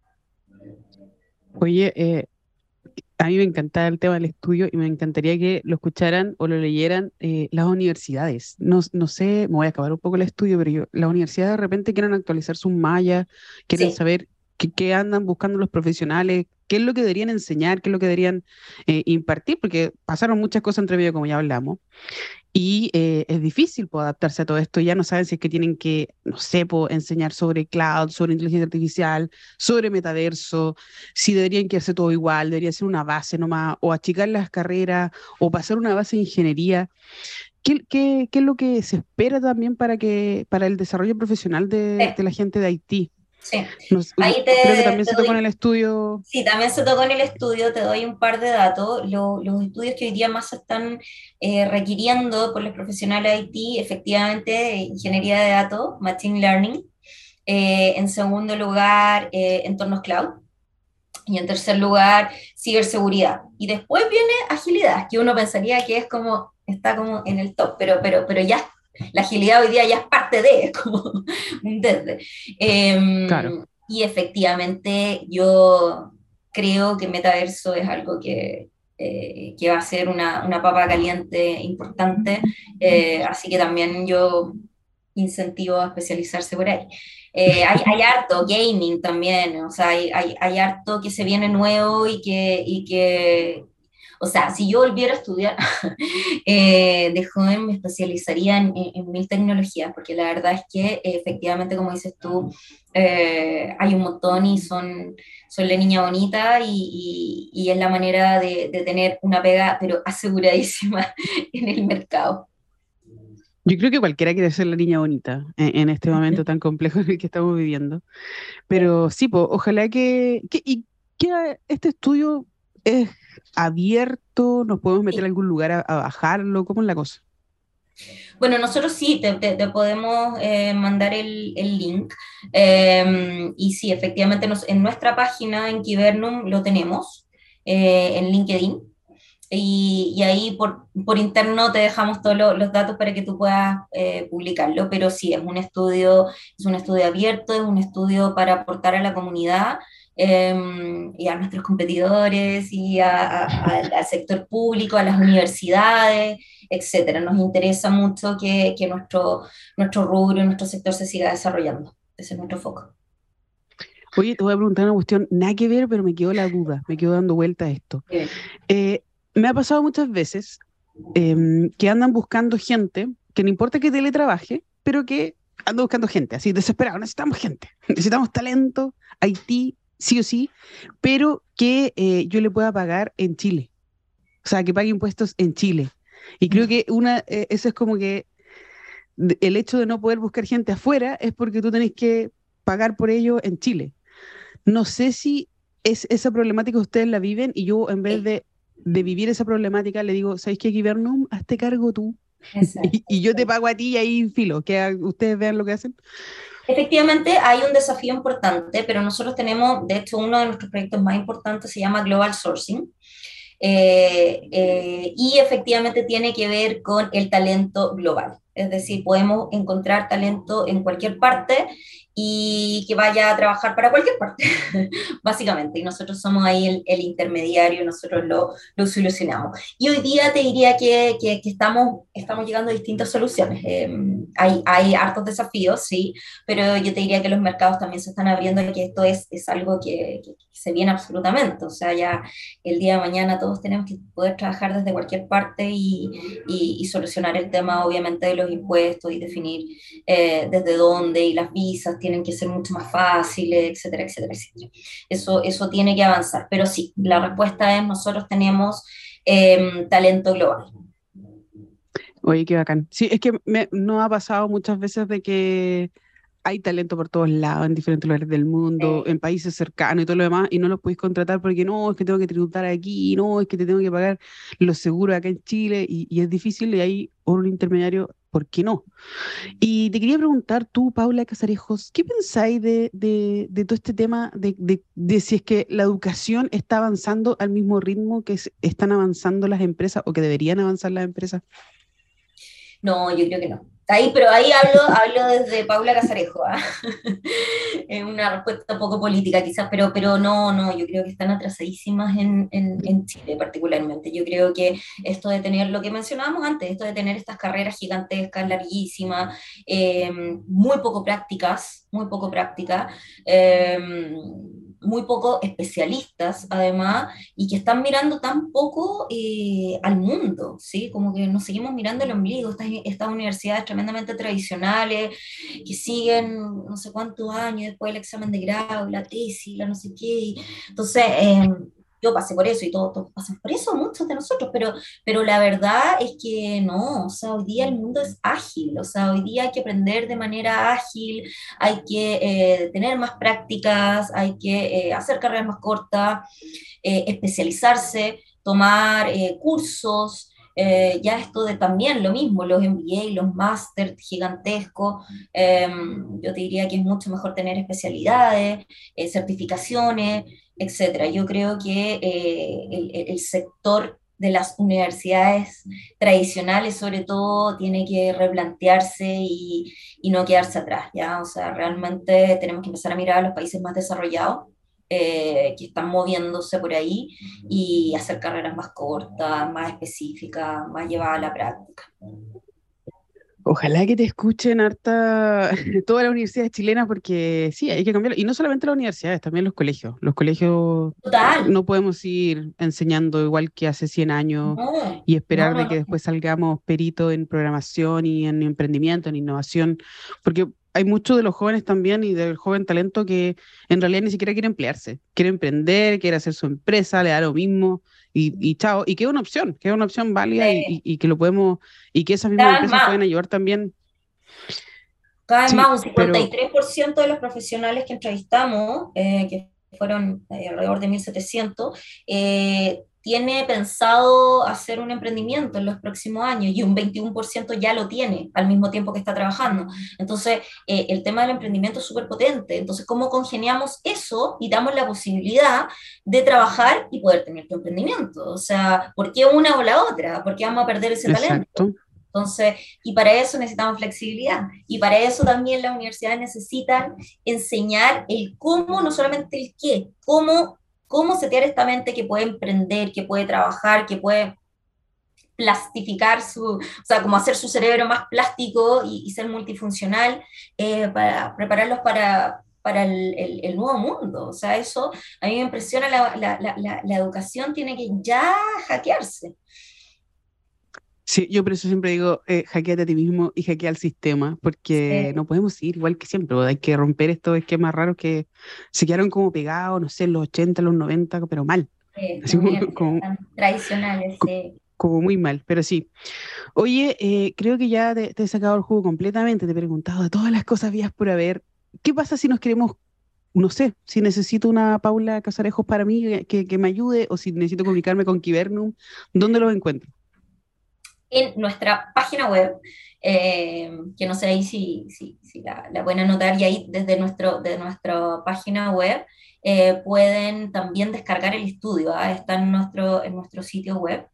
Oye, eh, a mí me encanta el tema del estudio y me encantaría que lo escucharan o lo leyeran eh, las universidades. No, no sé, me voy a acabar un poco el estudio, pero yo, las universidades de repente quieren actualizar sus mallas, quieren Sí. saber qué, qué andan buscando los profesionales, qué es lo que deberían enseñar, qué es lo que deberían eh, impartir, porque pasaron muchas cosas entre medio, como ya hablamos. Y eh, es difícil po, adaptarse a todo esto. Ya no saben si es que tienen que, no sé, po, enseñar sobre cloud, sobre inteligencia artificial, sobre metaverso, si deberían que hacer todo igual, debería ser una base nomás, o achicar las carreras, o pasar una base de ingeniería. ¿Qué, qué, qué es lo que se espera también para que, para el desarrollo profesional de, de Sí, la gente de Haití? sí. Nos- yo Ahí creo que te, también te se tocó en doy. el estudio. Sí, también se tocó en el estudio, te doy un par de datos. Lo- los estudios que hoy día más se están eh, requiriendo por los profesionales I T, efectivamente, eh, ingeniería de datos, machine learning. Eh, en segundo lugar, eh, entornos cloud. Y en tercer lugar, ciberseguridad. Y después viene agilidad, que uno pensaría que es como, está como en el top, pero, pero, pero ya la agilidad hoy día ya es parte de, es como un desde. Claro. Eh, y efectivamente yo creo que metaverso es algo que, eh, que va a ser una, una papa caliente importante, eh, así que también yo incentivo a especializarse por ahí. Eh, hay, hay harto gaming también, o sea, hay, hay, hay harto que se viene nuevo y que, y que, o sea, si yo volviera a estudiar eh, de joven me especializaría en, en, en mil tecnologías, porque la verdad es que eh, efectivamente, como dices tú, eh, hay un montón y son, son la niña bonita y, y, y es la manera de, de tener una pega, pero aseguradísima en el mercado. Yo creo que cualquiera quiere ser la niña bonita en, en este momento tan complejo en el que estamos viviendo. Sí. Pero sí, po, ojalá que, que, y que este estudio es abierto, nos podemos meter a Sí. algún lugar a, a bajarlo, ¿cómo es la cosa? Bueno, nosotros sí, te, te- te podemos eh, mandar el, el link. Eh, y sí, efectivamente, nos- en nuestra página en Kibernum lo tenemos, eh, en LinkedIn. Y, y ahí por, por interno te dejamos todos lo- los datos para que tú puedas eh, publicarlo. Pero sí, es un estudio, es un estudio abierto, es un estudio para aportar a la comunidad eh, y a nuestros competidores y a, a, a, al sector público, a las universidades, etcétera. Nos interesa mucho que, que nuestro, nuestro rubro y nuestro sector se siga desarrollando. Ese es nuestro foco. Oye, te voy a preguntar una cuestión, nada que ver, pero me quedó la duda, me quedó dando vuelta a esto. Eh, me ha pasado muchas veces eh, que andan buscando gente, que no importa que teletrabaje, pero que andan buscando gente, así desesperado, necesitamos gente, necesitamos talento, Haití, sí o sí, pero que eh, yo le pueda pagar en Chile, o sea, que pague impuestos en Chile. Y creo que una, eh, eso es como que de- el hecho de no poder buscar gente afuera es porque tú tenés que pagar por ello en Chile. No sé si es esa problemática ustedes la viven y yo en vez Sí, de, de vivir esa problemática le digo, ¿sabéis qué, Gibernum? Hazte cargo tú y, exacto. y yo te pago a ti y ahí filo, que a- ustedes vean lo que hacen. Efectivamente, hay un desafío importante, pero nosotros tenemos, de hecho, uno de nuestros proyectos más importantes se llama Global Sourcing, eh, eh, y efectivamente tiene que ver con el talento global. Es decir, podemos encontrar talento en cualquier parte y que vaya a trabajar para cualquier parte, básicamente. Y nosotros somos ahí el, el intermediario, nosotros lo, lo, solucionamos. Y hoy día te diría que, que, que estamos, estamos llegando a distintas soluciones. Eh, hay, hay hartos desafíos, sí, pero yo te diría que los mercados también se están abriendo y que esto es, es algo que, que, que se viene absolutamente. O sea, ya el día de mañana todos tenemos que poder trabajar desde cualquier parte y, y, y solucionar el tema, obviamente, de los impuestos y definir eh, desde dónde, y las visas tienen que ser mucho más fáciles, etcétera, etcétera, etcétera. Eso, eso tiene que avanzar. Pero sí, la respuesta es nosotros tenemos eh, talento global. Oye, qué bacán. Sí, es que me, no ha pasado muchas veces de que hay talento por todos lados, en diferentes lugares del mundo, Eh, en países cercanos y todo lo demás, y no los podéis contratar porque no, es que tengo que tributar aquí, no, es que te tengo que pagar los seguros acá en Chile, y, y es difícil, y hay un intermediario, ¿por qué no? Y te quería preguntar tú, Paula Casarejos, ¿qué pensáis de, de, de todo este tema de, de, de si es que la educación está avanzando al mismo ritmo que se- están avanzando las empresas o que deberían avanzar las empresas? no, yo creo que no. Ahí, pero ahí hablo, hablo desde Paula Casarejo, ¿ah? Es una respuesta un poco política quizás, pero, pero no, no, yo creo que están atrasadísimas en, en, en Chile particularmente. Yo creo que esto de tener lo que mencionábamos antes, esto de tener estas carreras gigantescas, larguísimas, eh, muy poco prácticas, muy poco prácticas, eh, muy poco especialistas además, y que están mirando tan poco eh, al mundo, ¿sí? Como que nos seguimos mirando el ombligo, estas, estas universidades tremendamente tradicionales, que siguen no sé cuántos años después del examen de grado, la tesis, la no sé qué. Y, entonces, eh, yo pasé por eso y todos, todos pasan por eso, muchos de nosotros, pero, pero la verdad es que no, o sea, hoy día el mundo es ágil, o sea, hoy día hay que aprender de manera ágil, hay que eh, tener más prácticas, hay que eh, hacer carreras más cortas, eh, especializarse, tomar eh, cursos, eh, ya esto de también lo mismo, los M B A, los máster gigantescos, eh, yo te diría que es mucho mejor tener especialidades, eh, certificaciones, etcétera. Yo creo que eh, el, el sector de las universidades tradicionales, sobre todo, tiene que replantearse y, y, no quedarse atrás, ¿ya? O sea, realmente tenemos que empezar a mirar a los países más desarrollados, eh, que están moviéndose por ahí, y hacer carreras más cortas, más específicas, más llevadas a la práctica. Ojalá que te escuchen harta todas las universidades chilenas porque sí, hay que cambiarlo. Y no solamente las universidades, también los colegios. Los colegios eh, Total, no podemos ir enseñando igual que hace cien años no, y no, esperar no, de que no. después salgamos peritos en programación y en emprendimiento, en innovación, porque hay muchos de los jóvenes también y del joven talento que en realidad ni siquiera quiere emplearse, quiere emprender, quiere hacer su empresa, le da lo mismo y, y chao. Y que es una opción, que es una opción válida y, y y que lo podemos y que esas mismas Cada vez empresas más. pueden ayudar también. Cada vez más, Sí, un cincuenta y pero tres por ciento de los profesionales que entrevistamos, eh, que fueron eh, alrededor de mil setecientos, eh, tiene pensado hacer un emprendimiento en los próximos años, y un veintiuno por ciento ya lo tiene al mismo tiempo que está trabajando. Entonces, eh, el tema del emprendimiento es súper potente. Entonces, ¿cómo congeniamos eso y damos la posibilidad de trabajar y poder tener tu emprendimiento? O sea, ¿por qué una o la otra? ¿Por qué vamos a perder ese talento? exacto. Entonces, y para eso necesitamos flexibilidad. Y para eso también las universidades necesitan enseñar el cómo, no solamente el qué, cómo, cómo setear esta mente que puede emprender, que puede trabajar, que puede plastificar su, o sea, como hacer su cerebro más plástico y, y ser multifuncional, eh, para prepararlos para, para el, el, el, nuevo mundo. O sea, eso a mí me impresiona, la, la, la, la educación tiene que ya hackearse. Sí, yo por eso siempre digo, eh, hackeate a ti mismo y hackea al sistema, porque Sí, no podemos ir igual que siempre, hay que romper estos esquemas raros que se quedaron como pegados, no sé, en los ochenta, los noventa, pero mal, sí, así muy como, como, tan tradicionales, sí. como muy mal, pero sí. Oye, eh, creo que ya te, te he sacado el jugo completamente, te he preguntado de todas las cosas vías por haber. ¿Qué pasa si nos queremos, no sé, si necesito una Paula Casarejos para mí que, que, que me ayude o si necesito comunicarme con Kibernum? ¿Dónde los encuentro? En nuestra página web, eh, que no sé ahí si, si, si la, la, pueden anotar, y ahí desde nuestro, de nuestra página web eh, pueden también descargar el estudio, ¿eh? Está en nuestro, en nuestro sitio web,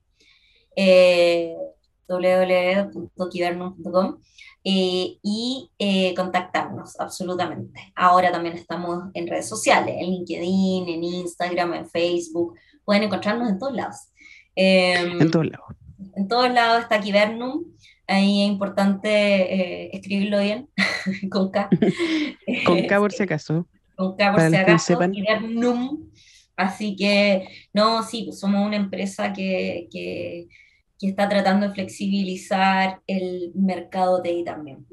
eh, w w w punto kibernum punto com, eh, y eh, contactarnos absolutamente. Ahora también estamos en redes sociales, en LinkedIn, en Instagram, en Facebook, pueden encontrarnos en todos lados. En Eh, todos lados. en todos lados está Kibernum. Ahí es importante eh, escribirlo bien, con K. Con K Eh, por si acaso, con K por para si los que no acaso, sepan. Kibernum. Así que, no, sí, pues somos una empresa que, que, que está tratando de flexibilizar el mercado T I también.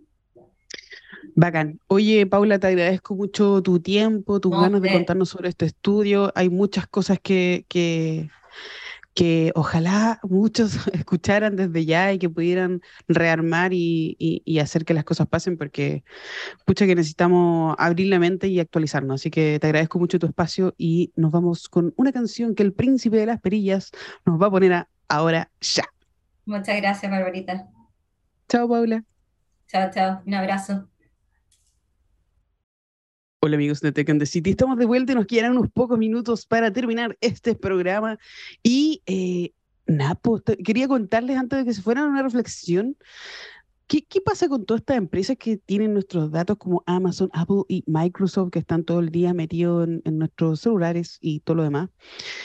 Bacán. Oye, Paula, te agradezco mucho tu tiempo, tus No, ganas de usted, contarnos sobre este estudio. Hay muchas cosas que, que, que ojalá muchos escucharan desde ya y que pudieran rearmar y, y, y hacer que las cosas pasen, porque pucha que necesitamos abrir la mente y actualizarnos. Así que te agradezco mucho tu espacio y nos vamos con una canción que el príncipe de las perillas nos va a poner a ahora ya. muchas gracias, Barbarita. Chao, Paula. Chao, chao. Un abrazo. Hola amigos de Tech and the City, estamos de vuelta y nos quedan unos pocos minutos para terminar este programa y eh, nada, pues, te- quería contarles antes de que se fueran una reflexión, ¿qué, qué pasa con todas estas empresas que tienen nuestros datos como Amazon, Apple y Microsoft que están todo el día metidos en, en nuestros celulares y todo lo demás?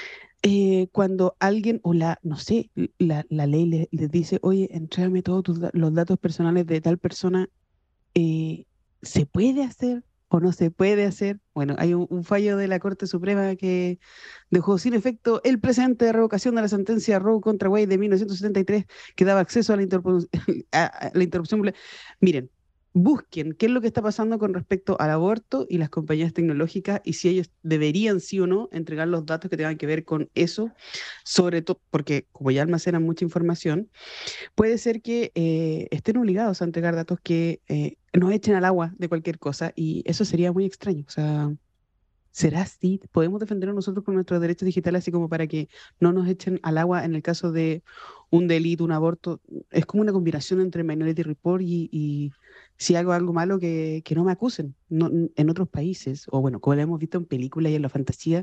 Eh, cuando alguien o la, no sé, la, la ley le- les dice, oye, entrégame todos tus da- los datos personales de tal persona, eh, ¿se puede hacer o no se puede hacer? Bueno, hay un, un fallo de la Corte Suprema que dejó sin efecto el precedente de revocación de la sentencia Roe contra Wade de mil novecientos setenta y tres que daba acceso a la, interpu- a- a la interrupción. voluntaria. Miren, busquen qué es lo que está pasando con respecto al aborto y las compañías tecnológicas y si ellos deberían sí o no entregar los datos que tengan que ver con eso, sobre todo porque como ya almacenan mucha información, puede ser que eh, estén obligados a entregar datos que eh, nos echen al agua de cualquier cosa y eso sería muy extraño. O sea, ¿será así? ¿Podemos defendernos nosotros con nuestros derechos digitales así como para que no nos echen al agua en el caso de un delito, un aborto? Es como una combinación entre Minority Report y, y si hago algo malo que, que no me acusen. No, en otros países, o bueno, como lo hemos visto en películas y en la fantasía,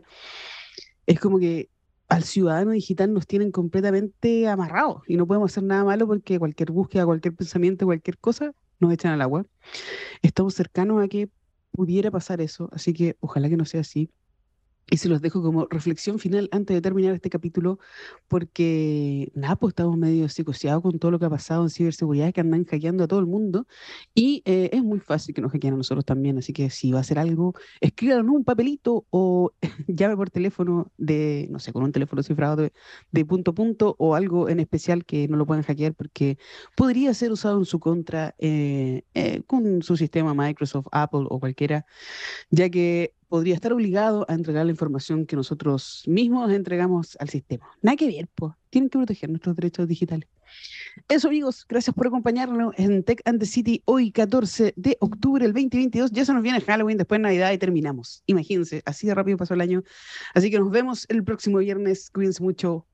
es como que al ciudadano digital nos tienen completamente amarrados y no podemos hacer nada malo porque cualquier búsqueda, cualquier pensamiento, cualquier cosa nos echan al agua. Estamos cercanos a que pudiera pasar eso, así que ojalá que no sea así. Y se los dejo como reflexión final antes de terminar este capítulo, porque nada, pues estamos medio psicoseados con todo lo que ha pasado en ciberseguridad, que andan hackeando a todo el mundo, y eh, es muy fácil que nos hackeen a nosotros también, así que si va a hacer algo, escríbanos un papelito o llame por teléfono de, no sé, con un teléfono cifrado de, de punto a punto o algo en especial que no lo puedan hackear, porque podría ser usado en su contra eh, eh, con su sistema Microsoft, Apple o cualquiera, ya que podría estar obligado a entregar la información que nosotros mismos entregamos al sistema. Nada que ver, pues. Tienen que proteger nuestros derechos digitales. Eso, amigos, gracias por acompañarnos en Tech and the City hoy, catorce de octubre del dos mil veintidós. Ya se nos viene Halloween, después Navidad y terminamos. Imagínense, así de rápido pasó el año. Así que nos vemos el próximo viernes. Cuídense mucho.